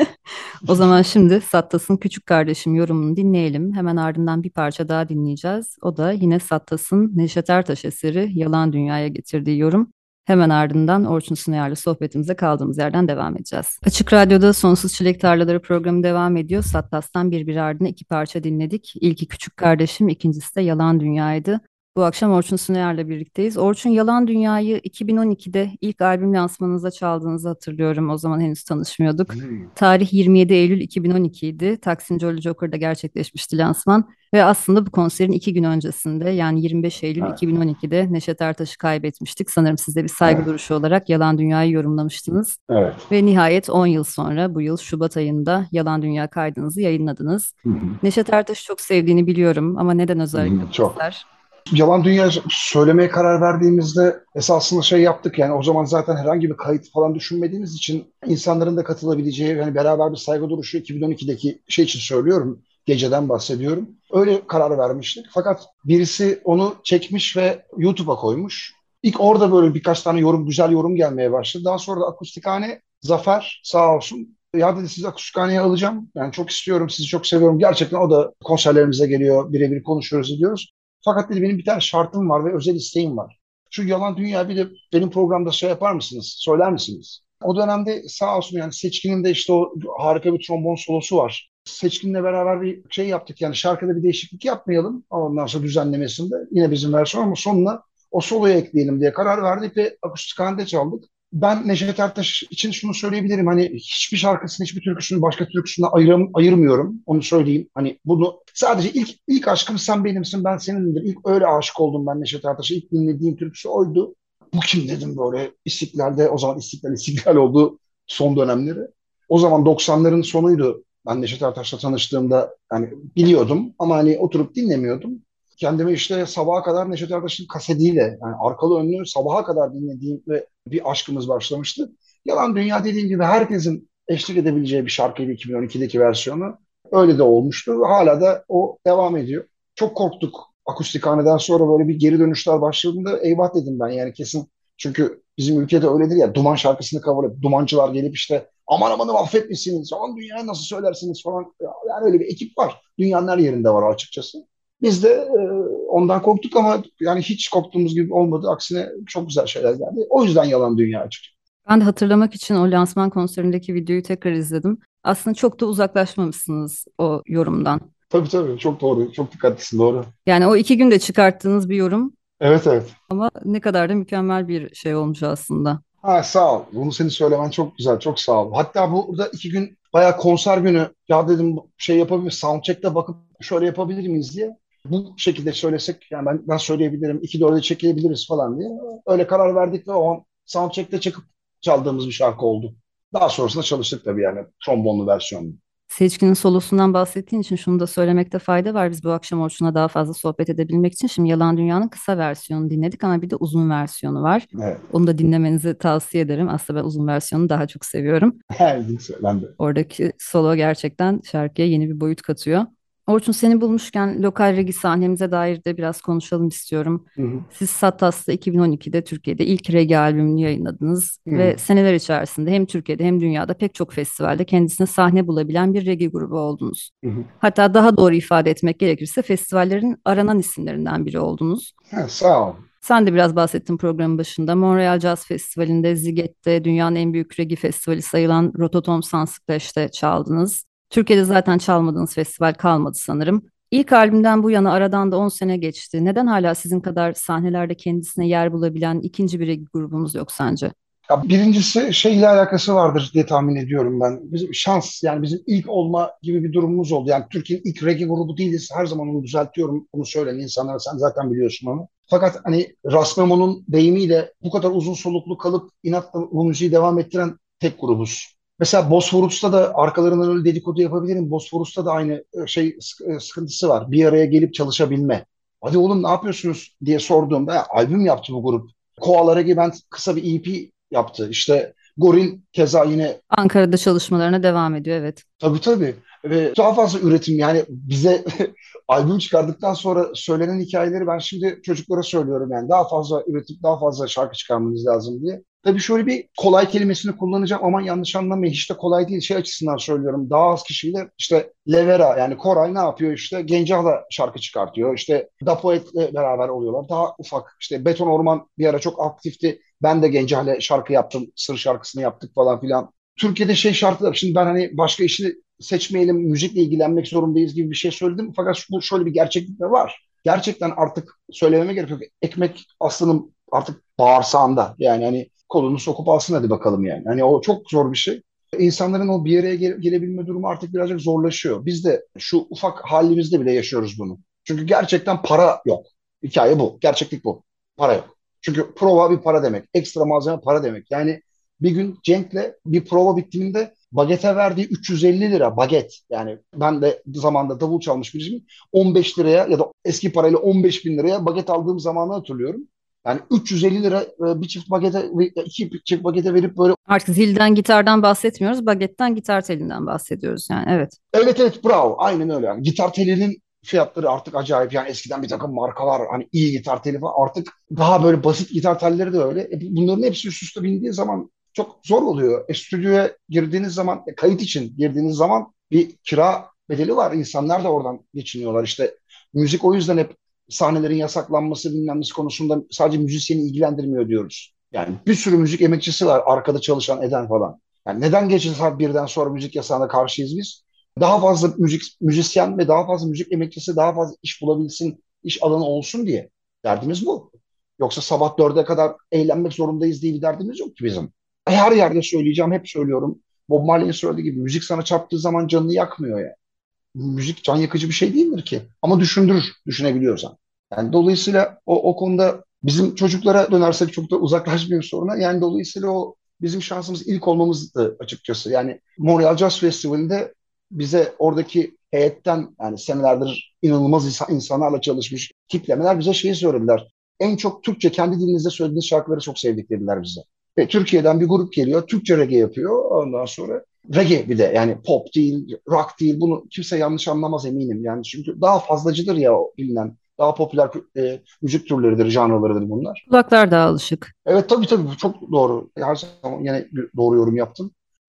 O zaman şimdi Sattas'ın Küçük Kardeşim yorumunu dinleyelim. Hemen ardından bir parça daha dinleyeceğiz. O da yine Sattas'ın Neşet Ertaş eseri Yalan Dünya'ya getirdiği yorum. Hemen ardından Orçun Sunayar'la sohbetimize kaldığımız yerden devam edeceğiz. Açık Radyo'da Sonsuz Çilek Tarlaları programı devam ediyor. Sattas'tan birbiri ardına iki parça dinledik. İlki Küçük Kardeşim, ikincisi de Yalan Dünya'ydı. Bu akşam Orçun Sunayar'la birlikteyiz. Orçun, Yalan Dünya'yı iki bin on ikide ilk albüm lansmanınızda çaldığınızı hatırlıyorum. O zaman henüz tanışmıyorduk. Hmm. Tarih yirmi yedi Eylül iki bin on iki idi. Taksim Jolly Joker'da gerçekleşmişti lansman. Ve aslında bu konserin iki gün öncesinde, yani yirmi beş Eylül Evet, iki bin on ikide Neşet Ertaş'ı kaybetmiştik. Sanırım siz de bir saygı evet, duruşu olarak Yalan Dünya'yı yorumlamıştınız. evet. Ve nihayet on yıl sonra bu yıl Şubat ayında Yalan Dünya kaydınızı yayınladınız. Hı hı, Neşet Ertaş'ı çok sevdiğini biliyorum ama neden hı özellikle hı, bu çok. eser? Yalan Dünya söylemeye karar verdiğimizde esasında şey yaptık, yani o zaman zaten herhangi bir kayıt falan düşünmediğimiz için insanların da katılabileceği, yani beraber bir saygı duruşu, iki bin on ikideki şey için söylüyorum, geceden bahsediyorum. Öyle karar vermiştik. Fakat birisi onu çekmiş ve YouTube'a koymuş. İlk orada böyle birkaç tane yorum, güzel yorum gelmeye başladı. Daha sonra da Akustikhane Zafer sağ olsun, ya dedi sizi Akustikhane'ye alacağım. Yani çok istiyorum, sizi çok seviyorum. Gerçekten o da konserlerimize geliyor, birebir konuşuyoruz, ediyoruz. Fakat dedi benim bir tane şartım var ve özel isteğim var. Şu Yalan Dünya bir de benim programda şey yapar mısınız? Söyler misiniz? O dönemde sağ olsun yani Seçkin'in de işte o harika bir trombon solosu var. Seçkin'le beraber bir şey yaptık, yani şarkıda bir değişiklik yapmayalım. Ondan sonra düzenlemesinde yine bizim versiyon ama sonuna o soloyu ekleyelim diye karar verdik ve akustikhanede çaldık. Ben Neşet Ertaş için şunu söyleyebilirim. Hani hiçbir şarkısını, hiçbir türküsünü başka türküsüne ayırım, ayırmıyorum. Onu söyleyeyim. Hani bunu sadece ilk ilk aşkım sen benimsin, ben senindir. İlk öyle aşık oldum ben Neşet Ertaş'a. İlk dinlediğim türküsü oydu. Bu kim dedim böyle İstiklal'de, o zaman İstiklal İstiklal oldu son dönemleri. O zaman doksanların sonuydu. Ben Neşet Ertaş'la tanıştığımda hani biliyordum ama hani oturup dinlemiyordum. Kendimi işte sabaha kadar Neşet Ertaş'ın kasetiyle, yani arkalı önlü sabaha kadar dinlediğim ve bir aşkımız başlamıştı. Yalan Dünya dediğim gibi herkesin eşlik edebileceği bir şarkıydı iki bin on ikideki versiyonu. Öyle de olmuştu. Hala da o devam ediyor. Çok korktuk akustikhaneden sonra, böyle bir geri dönüşler başladığında eyvah dedim ben, yani kesin. Çünkü bizim ülkede öyledir ya, Duman şarkısını cover edip Dumancılar gelip işte aman amanı affetmişsiniz, aman dünyayı nasıl söylersiniz falan. Yani öyle bir ekip var. Dünyanın her yerinde var açıkçası. Biz de e, ondan korktuk ama yani hiç korktuğumuz gibi olmadı. Aksine çok güzel şeyler geldi. O yüzden Yalan Dünya açıkçası. Ben de hatırlamak için o lansman konserindeki videoyu tekrar izledim. Aslında çok da uzaklaşmamışsınız o yorumdan. Tabii tabii çok doğru. Çok dikkatlisin doğru. Yani o iki günde çıkarttığınız bir yorum Evet evet. ama ne kadar da mükemmel bir şey olmuş aslında. Ha sağ ol. Bunu senin söylemen çok güzel. Çok sağ ol. Hatta burada iki gün bayağı konser günü ya dedim şey yapabilir soundcheck'te bakıp şöyle yapabilir miyiz diye. Bu şekilde söylesek yani ben, ben söyleyebilirim. iki dörde çekebiliriz falan diye. Öyle karar verdik ve o an soundcheck'te çıkıp çaldığımız bir şarkı oldu. Daha sonrasında çalıştık tabii yani trombonlu versiyonlu. Seçkinin solosundan bahsettiğin için şunu da söylemekte fayda var. Biz bu akşam Orçun'la daha fazla sohbet edebilmek için şimdi Yalan Dünya'nın kısa versiyonunu dinledik ama bir de uzun versiyonu var. Evet. Onu da dinlemenizi tavsiye ederim. Aslında ben uzun versiyonu daha çok seviyorum. İlginç, ben de. Oradaki solo gerçekten şarkıya yeni bir boyut katıyor. Orçun seni bulmuşken lokal regi sahnemize dair de biraz konuşalım istiyorum. Hı hı, Siz Sattas'ta iki bin on ikide Türkiye'de ilk regi albümünü yayınladınız hı hı, ve seneler içerisinde hem Türkiye'de hem dünyada pek çok festivalde kendisine sahne bulabilen bir regi grubu oldunuz. hı hı. Hatta daha doğru ifade etmek gerekirse festivallerin aranan isimlerinden biri oldunuz. Ha, sağ ol. Sen de biraz bahsettin programın başında. Montreal Jazz Festivali'nde, Ziget'te, dünyanın en büyük reggae festivali sayılan Rototom Sanskleş'te çaldınız. Türkiye'de zaten çalmadığınız festival kalmadı sanırım. İlk albümden bu yana aradan da on sene geçti. Neden hala sizin kadar sahnelerde kendisine yer bulabilen ikinci bir reggae grubumuz yok sence? Ya birincisi şeyle alakası vardır diye tahmin ediyorum ben. Bizim şans yani bizim ilk olma gibi bir durumumuz oldu. Yani Türkiye'nin ilk reggae grubu değiliz. Her zaman onu düzeltiyorum. Bunu söyleyen insanlara sen zaten biliyorsun onu. Fakat hani Ras Memo'nun deyimiyle bu kadar uzun soluklu kalıp inatla bu müziği devam ettiren tek grubuz. Mesela Bosphorus'ta da arkalarından öyle dedikodu yapabilirim. Bosphorus'ta da aynı e, şey sık- e, sıkıntısı var. Bir araya gelip çalışabilme. Hadi oğlum ne yapıyorsunuz diye sorduğumda "Ya, albüm yaptı bu grup. Koalara gibi ben kısa bir E P yaptı. İşte Goril keza yine Ankara'da çalışmalarına devam ediyor, evet. tabii tabii ve daha fazla üretim yani bize albüm çıkardıktan sonra söylenen hikayeleri ben şimdi çocuklara söylüyorum yani daha fazla üretip daha fazla şarkı çıkarmanız lazım diye. Tabii şöyle bir kolay kelimesini kullanacağım ama yanlış anlamayın hiç de kolay değil şey açısından söylüyorum. Daha az kişiyle işte Levera yani Koray ne yapıyor işte Gencah'la şarkı çıkartıyor. İşte Dapoet'le beraber oluyorlar. Daha ufak işte Beton Orman bir ara çok aktifti. Ben de Gencah'la şarkı yaptım. Sır şarkısını yaptık falan filan. Türkiye'de şey şartlar. Şimdi ben hani başka işi seçmeyelim, müzikle ilgilenmek zorundayız gibi bir şey söyledim. Fakat bu şöyle bir gerçeklik de var. Gerçekten artık söylememe gerek yok. Ekmek aslının artık bağırsağında. Yani hani kolunu sokup alsın hadi bakalım yani. Hani o çok zor bir şey. İnsanların o bir araya gele- gelebilme durumu artık birazcık zorlaşıyor. Biz de şu ufak halimizde bile yaşıyoruz bunu. Çünkü gerçekten para yok. Hikaye bu. Gerçeklik bu. Para yok. Çünkü prova bir para demek. Ekstra malzeme para demek. Yani bir gün Cenk'le bir prova bittiğinde bagete verdiği üç yüz elli lira baget. Yani ben de zamanda davul çalmış birisiyim. on beş liraya ya da eski parayla on beş bin liraya baget aldığım zamanı hatırlıyorum. Yani üç yüz elli lira e, bir çift bagete, iki çift bagete verip böyle Artık zilden, gitardan bahsetmiyoruz, bagetten, gitar telinden bahsediyoruz yani, evet. evet evet bravo aynen öyle. Yani gitar telinin fiyatları artık acayip. Yani eskiden bir takım markalar hani iyi gitar teli falan artık daha böyle basit gitar telleri de öyle. E, bunların hepsi üst üste bindiği zaman çok zor oluyor. E, stüdyoya girdiğiniz zaman e, kayıt için girdiğiniz zaman bir kira bedeli var. İnsanlar da oradan geçiniyorlar. İşte müzik o yüzden hep sahnelerin yasaklanması bilmem nesi konusunda sadece müzisyeni ilgilendirmiyor diyoruz. Yani bir sürü müzik emekçisi var arkada çalışan eden falan. Yani neden gece saat birden sonra müzik yasağına karşıyız biz? Daha fazla müzik müzisyen ve daha fazla müzik emekçisi daha fazla iş bulabilsin, iş alanı olsun diye. Derdimiz bu. Yoksa sabah dörde kadar eğlenmek zorundayız diye bir derdimiz yok ki bizim. Her yerde söyleyeceğim, hep söylüyorum. Bob Marley'in söylediği gibi müzik sana çarptığı zaman canını yakmıyor ya. Müzik can yakıcı bir şey değildir ki. Ama düşündürür, düşünebiliyorsan. Yani dolayısıyla o, o konuda bizim çocuklara dönersek çok da uzaklaşmıyor soruna. Yani dolayısıyla o bizim şansımız ilk olmamızdı açıkçası. Yani Montreal Jazz Festivali'nde bize oradaki heyetten yani senelerdir inanılmaz insan, insanlarla çalışmış tiplemeler bize şeyi söylediler. En çok Türkçe kendi dilinizde söylediğiniz şarkıları çok sevdik dediler bize. Ve Türkiye'den bir grup geliyor, Türkçe reggae yapıyor. Ondan sonra reggae bir de yani pop değil, rock değil. Bunu kimse yanlış anlamaz eminim. Yani çünkü daha fazlacıdır ya o bilinen. Daha popüler e, müzik türleridir, janralarıdır bunlar. Kulaklar daha alışık. Evet tabii tabii bu çok doğru. Her zaman yine doğru yorum yaptın.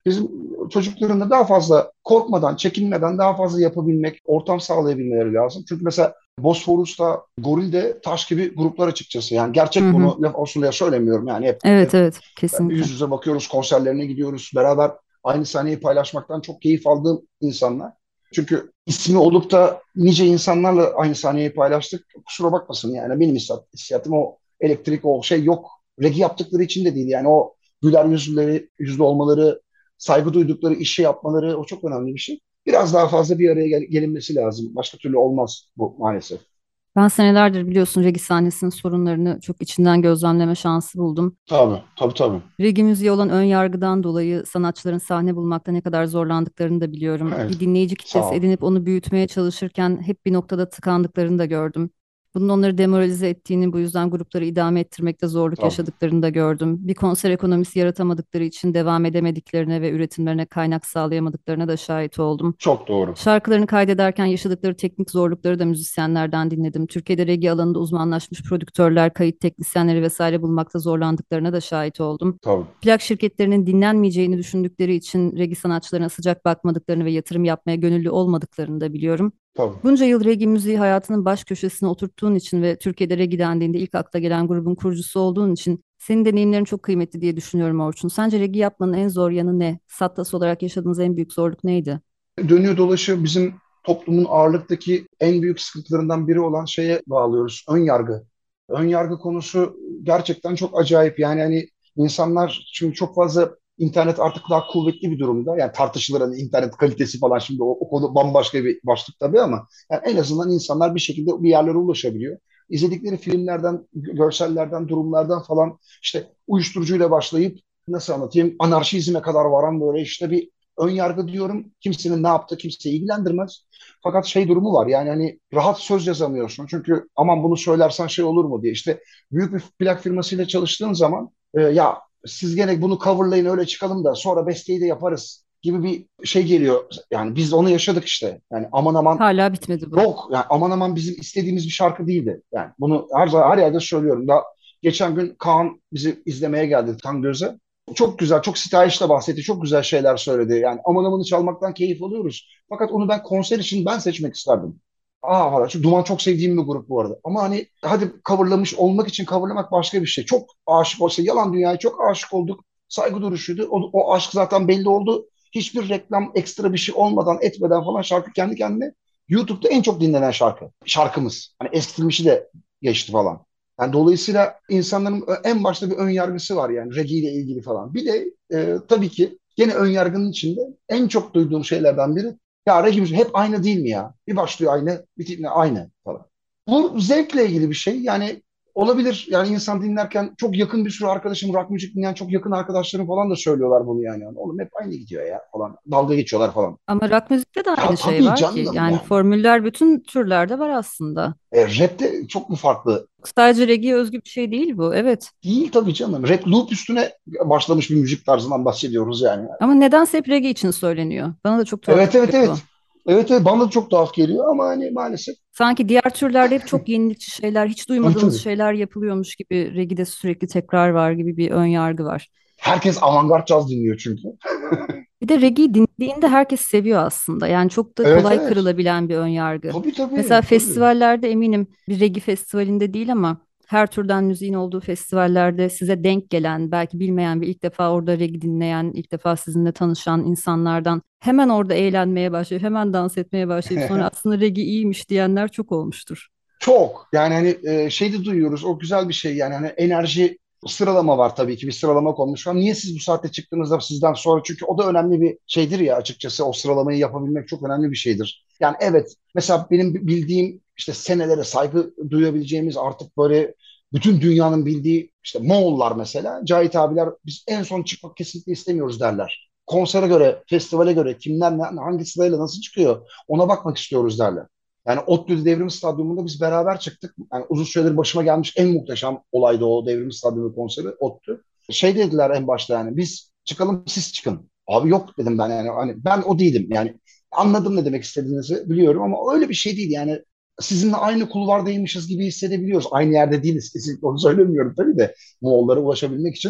Bizim çocukların da daha fazla korkmadan, çekinmeden daha fazla yapabilmek, ortam sağlayabilmeleri lazım. Çünkü mesela Bosforus'ta, Goril'de taş gibi gruplar açıkçası. Yani Hı gerçek hı. bunu laf olsun diye söylemiyorum. Yani hep, Evet, hep evet, kesinlikle. yüz yüze bakıyoruz, konserlerine gidiyoruz. Beraber aynı sahneyi paylaşmaktan çok keyif aldığım insanlar. Çünkü ismi olup da nice insanlarla aynı sahneyi paylaştık. Kusura bakmasın yani benim hissiyat- hissiyatım o elektrik, o şey yok. Regi yaptıkları için de değil yani o güler yüzleri, yüzlü olmaları, saygı duydukları işi yapmaları o çok önemli bir şey. Biraz daha fazla bir araya gel- gelinmesi lazım. Başka türlü olmaz bu maalesef. Ben senelerdir biliyorsun Regi sahnesinin sorunlarını çok içinden gözlemleme şansı buldum. Tabii, tabii, tabii. Regi müziğe olan ön yargıdan dolayı sanatçıların sahne bulmakta ne kadar zorlandıklarını da biliyorum. Evet, Bir dinleyici sağ kitlesi ol. edinip onu büyütmeye çalışırken hep bir noktada tıkandıklarını da gördüm. Bunun onları demoralize ettiğini, bu yüzden grupları idame ettirmekte zorluk Tabii. yaşadıklarını da gördüm. Bir konser ekonomisi yaratamadıkları için devam edemediklerine ve üretimlerine kaynak sağlayamadıklarına da şahit oldum. Çok doğru. Şarkılarını kaydederken yaşadıkları teknik zorlukları da müzisyenlerden dinledim. Türkiye'de reggae alanında uzmanlaşmış prodüktörler, kayıt teknisyenleri vesaire bulmakta zorlandıklarına da şahit oldum. Tabii, Plak şirketlerinin dinlenmeyeceğini düşündükleri için reggae sanatçılarına sıcak bakmadıklarını ve yatırım yapmaya gönüllü olmadıklarını da biliyorum. tabii. Bunca yıl reggae müziği hayatının baş köşesine oturttuğun için ve Türkiye'de reggae dendiğinde ilk akla gelen grubun kurucusu olduğun için senin deneyimlerin çok kıymetli diye düşünüyorum Orçun. Sence reggae yapmanın en zor yanı ne? Sattas olarak yaşadığınız en büyük zorluk neydi? Dönüyor dolaşıyor bizim toplumun ağırlıktaki en büyük sıkıntılarından biri olan şeye bağlıyoruz. Ön yargı. Ön yargı konusu gerçekten çok acayip. Yani hani insanlar çünkü çok fazla internet artık daha kuvvetli bir durumda. Yani tartışılır hani internet kalitesi falan şimdi o, o konu bambaşka bir başlık tabii ama yani en azından insanlar bir şekilde bir yerlere ulaşabiliyor. İzledikleri filmlerden, görsellerden, durumlardan falan işte uyuşturucuyla başlayıp nasıl anlatayım anarşizme kadar varan böyle işte bir ön yargı diyorum. Kimsenin ne yaptığı kimseyi ilgilendirmez. Fakat şey durumu var yani hani rahat söz yazamıyorsun. Çünkü aman bunu söylersen şey olur mu diye. İşte büyük bir plak firmasıyla çalıştığın zaman e, ya siz gene bunu coverlayın öyle çıkalım da sonra besteyi de yaparız gibi bir şey geliyor. Yani biz onu yaşadık işte. Yani aman aman Hala bitmedi bu. yok. Yani aman aman bizim istediğimiz bir şarkı değildi. Yani bunu her, her yerde söylüyorum. Daha geçen gün Kaan bizi izlemeye geldi Tan Göz'e. Çok güzel, çok sitayişle bahsetti. Çok güzel şeyler söyledi. Yani aman amanı çalmaktan keyif alıyoruz. Fakat onu ben konser için ben seçmek isterdim. Aa valla. Çünkü Duman çok sevdiğim bir grup bu arada. Ama hani hadi coverlamış olmak için coverlamak başka bir şey. Çok aşık olsa yalan dünyaya çok aşık olduk. Saygı duruşuydu. O, o aşk zaten belli oldu. Hiçbir reklam ekstra bir şey olmadan etmeden falan şarkı kendi kendine YouTube'da en çok dinlenen şarkı. Şarkımız. Hani eskitilmişi de geçti falan. Yani dolayısıyla insanların en başta bir ön yargısı var yani reggae ile ilgili falan. Bir de e, tabii ki gene ön yargının içinde en çok duyduğum şeylerden biri ya reggae müzik hep aynı değil mi ya? Bir başlıyor aynı, bir aynı falan. Bu zevkle ilgili bir şey. Yani olabilir. Yani insan dinlerken çok yakın bir sürü arkadaşım rock müzik dinleyen çok yakın arkadaşlarım falan da söylüyorlar bunu yani. Yani oğlum hep aynı gidiyor ya falan. Dalga geçiyorlar falan. Ama rock müzikte de Ya aynı şey tabii var ki. canım Yani yani. formüller bütün türlerde var aslında. E, rapte çok mu farklı? Sadece reggae özgü bir şey değil bu. Evet. Değil tabii canım. Rap loop üstüne başlamış bir müzik tarzından bahsediyoruz yani. Ama nedense hep reggae için söyleniyor. Bana da çok tuhaf Evet, evet, geliyor evet. bu. Evet, evet, bana da çok tuhaf geliyor ama hani maalesef. Sanki diğer türlerde hep çok yenilikçi şeyler, hiç Tabii, duymadığımız tabii. şeyler yapılıyormuş gibi reggae'de sürekli tekrar var gibi bir ön yargı var. Herkes avantgard caz dinliyor çünkü. Bir de reggae dinlediğinde herkes seviyor aslında. Yani çok da Evet, kolay evet. kırılabilen bir ön yargı. Tabii, Mesela tabii, tabii. festivallerde eminim bir reggae festivalinde değil ama her türden müziğin olduğu festivallerde size denk gelen, belki bilmeyen ve ilk defa orada reggae dinleyen, ilk defa sizinle tanışan insanlardan hemen orada eğlenmeye başlayıp, hemen dans etmeye başlayıp sonra aslında reggae iyiymiş diyenler çok olmuştur. Çok. Yani hani e, şey de duyuyoruz. O güzel bir şey yani. Hani enerji sıralama var tabii ki. Bir sıralama konmuş. Ama niye siz bu saatte çıktığınızda sizden sonra? Çünkü o da önemli bir şeydir ya açıkçası. O sıralamayı yapabilmek çok önemli bir şeydir. Yani evet. Mesela benim bildiğim işte senelere saygı duyabileceğimiz artık böyle bütün dünyanın bildiği işte Moğollar mesela. Cahit abiler biz en son çıkmak kesinlikle istemiyoruz derler. Konsere göre, festivale göre kimler ne- hangi sırayla nasıl çıkıyor ona bakmak istiyoruz derler. Yani ODTÜ Devrim Stadyumunda biz beraber çıktık. Yani uzun süredir başıma gelmiş en muhteşem olaydı o Devrim Stadyumu konseri ODTÜ. Şey dediler en başta yani biz çıkalım siz çıkın. Abi yok dedim ben yani hani ben o değilim yani anladım ne demek istediğinizi biliyorum ama öyle bir şey değil yani sizinle aynı kulvardaymışız gibi hissedebiliyoruz. Aynı yerde değiliz kesinlikle onu söylemiyorum tabii de Moğollara ulaşabilmek için.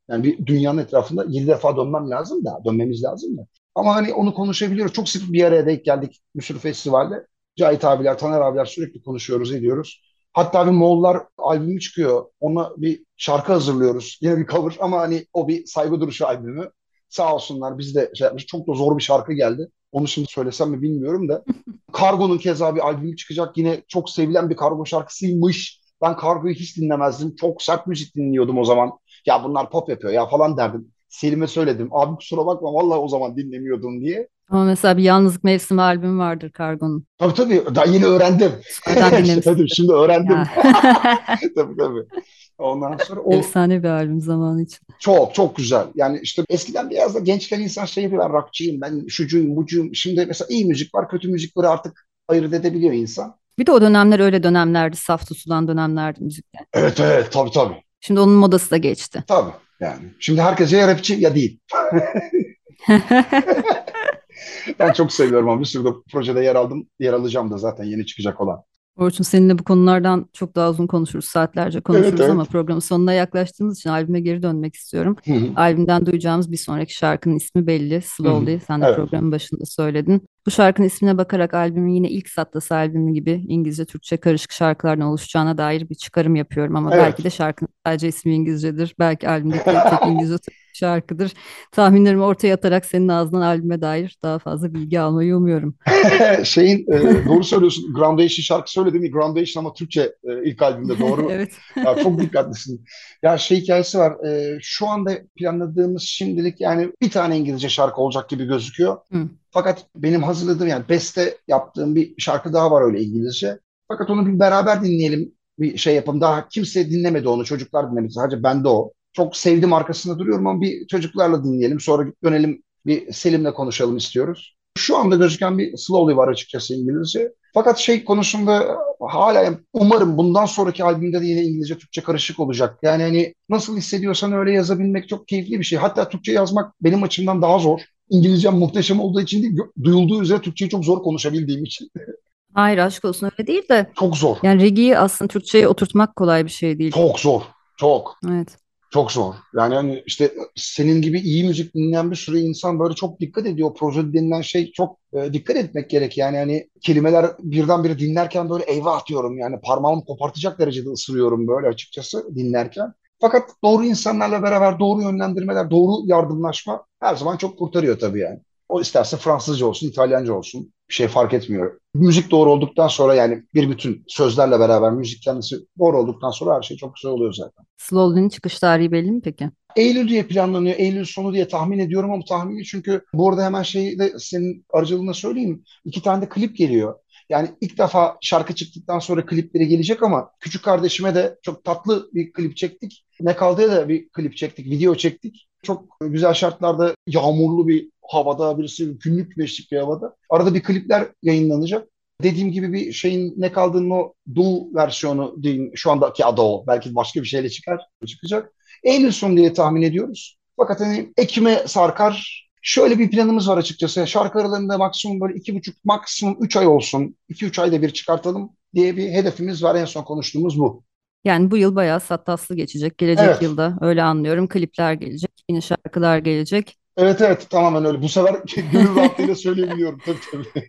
Yani bir dünyanın etrafında yedi defa dönmem lazım da, dönmemiz lazım da. Ama hani onu konuşabiliyoruz. Çok sık bir araya denk geldik bir sürü festivalde. Cahit abiler, Taner abiler sürekli konuşuyoruz, ediyoruz. Hatta bir Moğollar albümü çıkıyor. Ona bir şarkı hazırlıyoruz. Yine bir cover ama hani o bir saygı duruşu albümü. Sağ olsunlar biz de şey yapmış. Çok da zor bir şarkı geldi. Onu şimdi söylesem mi bilmiyorum da. Kargo'nun keza bir albümü çıkacak. Yine çok sevilen bir Kargo şarkısıymış. Ben Kargo'yu hiç dinlemezdim. Çok sert müzik dinliyordum o zaman. Ya bunlar pop yapıyor ya falan derdim. Selim'e söyledim. Abi kusura bakma vallahi o zaman dinlemiyordum diye. Ama mesela bir Yalnızlık Mevsimi albümü vardır Kargo'nun. Tabii tabii daha yeni öğrendim. Sonradan İşte tabii dinlemişsindir. şimdi öğrendim. Ya. Tabii tabii. Ondan sonra o Efsane bir albüm zamanı için. çok çok güzel. Yani işte eskiden biraz da gençken insan şey yapıyor. Ben rockçıyım, ben şucuyum, bucuyum. Şimdi mesela iyi müzik var, kötü müzik var artık ayırt edebiliyor insan. Bir de o dönemler öyle dönemlerdi. Saf tutulan dönemlerdi müzikte. Evet evet tabii tabii. Şimdi onun modası da geçti. Tabii yani. Şimdi herkes ya rapçi ya değil. Ben çok seviyorum ama bir sürü de projede yer aldım. Yer alacağım da zaten yeni çıkacak olan. Orçun, seninle bu konulardan çok daha uzun konuşuruz, saatlerce Evet konuşuruz ama evet. programın sonuna yaklaştığımız için albüme geri dönmek istiyorum. Hı hı, Albümden duyacağımız bir sonraki şarkının ismi belli, hı hı. Slowly. Sen de Evet. programın başında söyledin. Bu şarkının ismine bakarak albümün yine ilk Sattası albümü gibi İngilizce, Türkçe karışık şarkılardan oluşacağına dair bir çıkarım yapıyorum ama belki Evet. de şarkının sadece ismi İngilizcedir. Belki albümdeki tek İngilizce şarkıdır. Tahminlerimi ortaya atarak senin ağzından albüme dair daha fazla bilgi almayı umuyorum. Şeyin e, doğru söylüyorsun. Groundation şarkı söyledi mi? Groundation ama Türkçe e, ilk albümde doğru. Evet. Ya, çok dikkatlisin. Ya şey hikayesi var. E, şu anda planladığımız şimdilik yani bir tane İngilizce şarkı olacak gibi gözüküyor. Hı. Fakat benim hazırladığım yani beste yaptığım bir şarkı daha var öyle İngilizce. Fakat onu bir beraber dinleyelim. Bir şey yapalım. Daha kimse dinlemedi onu. Çocuklar dinlemedi. Sadece bende o. Çok sevdim arkasında duruyorum ama bir çocuklarla dinleyelim. Sonra dönelim bir Selim'le konuşalım istiyoruz. Şu anda gözüken bir Slowly var açıkçası İngilizce. Fakat şey konusunda hala umarım bundan sonraki albümde de yine İngilizce Türkçe karışık olacak. Yani hani nasıl hissediyorsan öyle yazabilmek çok keyifli bir şey. Hatta Türkçe yazmak benim açımdan daha zor. İngilizcem muhteşem olduğu için değil, duyulduğu üzere Türkçeyi çok zor konuşabildiğim için. Hayır, aşk olsun, öyle değil de Çok zor. yani reggae'yi aslında Türkçe'ye oturtmak kolay bir şey değil. Çok zor. Çok. Evet. Çok zor. Yani hani işte senin gibi iyi müzik dinleyen bir sürü insan böyle çok dikkat ediyor. O prozodi denilen şey çok e, dikkat etmek gerek. Yani hani kelimeler birdenbire dinlerken böyle eyvah diyorum. Yani parmağımı kopartacak derecede ısırıyorum böyle açıkçası dinlerken. Fakat doğru insanlarla beraber doğru yönlendirmeler, doğru yardımlaşma her zaman çok kurtarıyor tabii yani. O isterse Fransızca olsun, İtalyanca olsun bir şey fark etmiyor. Müzik doğru olduktan sonra yani bir bütün sözlerle beraber müzik kendisi doğru olduktan sonra her şey çok güzel oluyor zaten. Slowly'nin çıkış tarihi belli mi peki? Eylül diye planlanıyor. Eylül sonu diye tahmin ediyorum ama tahmini çünkü bu arada hemen şeyi de senin aracılığına söyleyeyim. İki tane de klip geliyor. Yani ilk defa şarkı çıktıktan sonra klipleri gelecek ama küçük kardeşime de çok tatlı bir klip çektik. Ne kaldığı da bir klip çektik, video çektik. Çok güzel şartlarda yağmurlu bir havada, birisi günlük güneşlik bir havada. Arada bir klipler yayınlanacak. Dediğim gibi bir şeyin ne kaldığının o Doğu versiyonu değil, şu andaki adı o. Belki başka bir şeyle çıkar, çıkacak. Eylül sonu diye tahmin ediyoruz. Fakat hani Ekim'e sarkar. Şöyle bir planımız var açıkçası. Şarkı aralarında maksimum böyle iki buçuk, maksimum üç ay olsun. İki üç ayda bir çıkartalım diye bir hedefimiz var. En son konuştuğumuz bu. Yani bu yıl bayağı sattaslı geçecek. Gelecek Evet. yılda öyle anlıyorum. Klipler gelecek, yeni şarkılar gelecek. Evet evet tamamen öyle. Bu sefer gönül rahatlığıyla söyleyebiliyorum. Tabii tabii.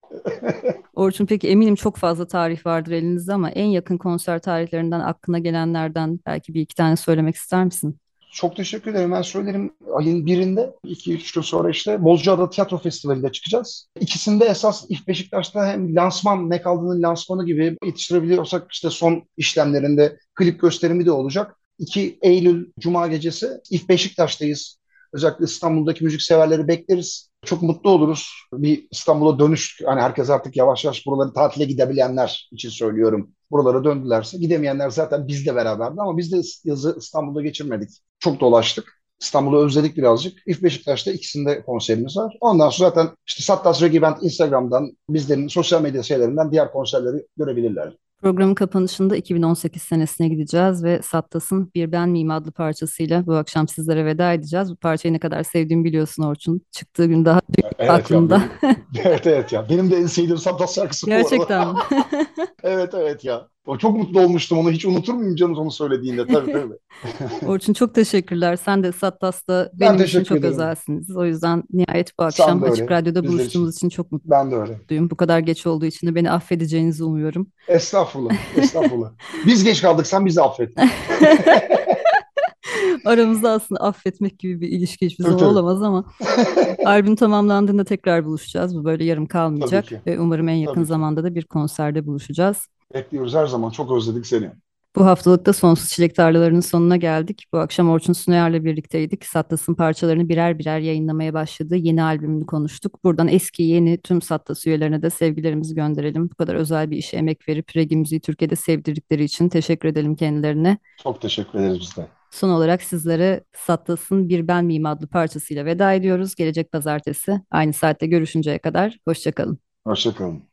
Orçun, peki eminim çok fazla tarih vardır elinizde ama en yakın konser tarihlerinden aklına gelenlerden belki bir iki tane söylemek ister misin? Çok teşekkür ederim. Ben söylerim ayın birinde, iki üç gün sonra işte Bozcaada Tiyatro Festivali'nde çıkacağız. İkisinde esas İF Beşiktaş'ta hem lansman, ne kaldığının lansmanı gibi yetiştirebiliyorsak işte son işlemlerinde klip gösterimi de olacak. iki Eylül Cuma gecesi İF Beşiktaş'tayız. Özellikle İstanbul'daki müzik severleri bekleriz. Çok mutlu oluruz. Bir İstanbul'a dönüş, hani herkes artık yavaş yavaş buraları tatile gidebilenler için söylüyorum. Buralara döndülerse, gidemeyenler zaten bizle beraberdi ama biz de yazı İstanbul'da geçirmedik. Çok dolaştık. İstanbul'u özledik birazcık. İF Beşiktaş'ta ikisinde konserimiz var. Ondan sonra zaten işte Sattas Reggae Band Instagram'dan, bizlerin sosyal medya şeylerinden diğer konserleri görebilirler. Programın kapanışında iki bin on sekiz senesine gideceğiz ve Sattas'ın Bir Ben Miyim adlı parçasıyla bu akşam sizlere veda edeceğiz. Bu parçayı ne kadar sevdiğimi biliyorsun Orçun. Çıktığı gün daha Evet ya aklımda. benim evet evet ya benim de en sevdiğim Sattas şarkısı bu arada. Gerçekten mi? Evet evet ya. O çok mutlu olmuştum. Onu hiç unutur muyum canım onu söylediğinde? Tabii tabii. Orçun çok teşekkürler. Sen de Sattas'ta Ben benim için teşekkür çok ederim. özelsiniz. O yüzden nihayet bu Sen akşam de Açık öyle. Radyo'da Bizler buluştuğumuz için. için çok Ben de öyle. mutluyum. Bu kadar geç olduğu için de beni affedeceğinizi umuyorum. Estağfurullah. Estağfurullah. Biz geç kaldık. Sen bizi affet. Aramızda aslında affetmek gibi bir ilişki hiçbir Tabii zaman tabii. olamaz ama albüm tamamlandığında tekrar buluşacağız. Bu böyle yarım Tabii kalmayacak ki. ve umarım en yakın Tabii ki. zamanda da bir konserde buluşacağız. Bekliyoruz her zaman. Çok özledik seni. Bu haftalıkta Sonsuz Çilek Tarlaları'nın sonuna geldik. Bu akşam Orçun Sunayar'la birlikteydik. Sattas'ın parçalarını birer birer yayınlamaya başladığı yeni albümünü konuştuk. Buradan eski yeni tüm Sattas üyelerine de sevgilerimizi gönderelim. Bu kadar özel bir işe emek verip reggae müziği Türkiye'de sevdirdikleri için teşekkür edelim kendilerine. Çok teşekkür ederiz biz de. Son olarak sizlere Sattas'ın Bir Ben Miyim adlı parçasıyla veda ediyoruz. Gelecek pazartesi aynı saatte görüşünceye kadar hoşça kalın. Hoşça kalın.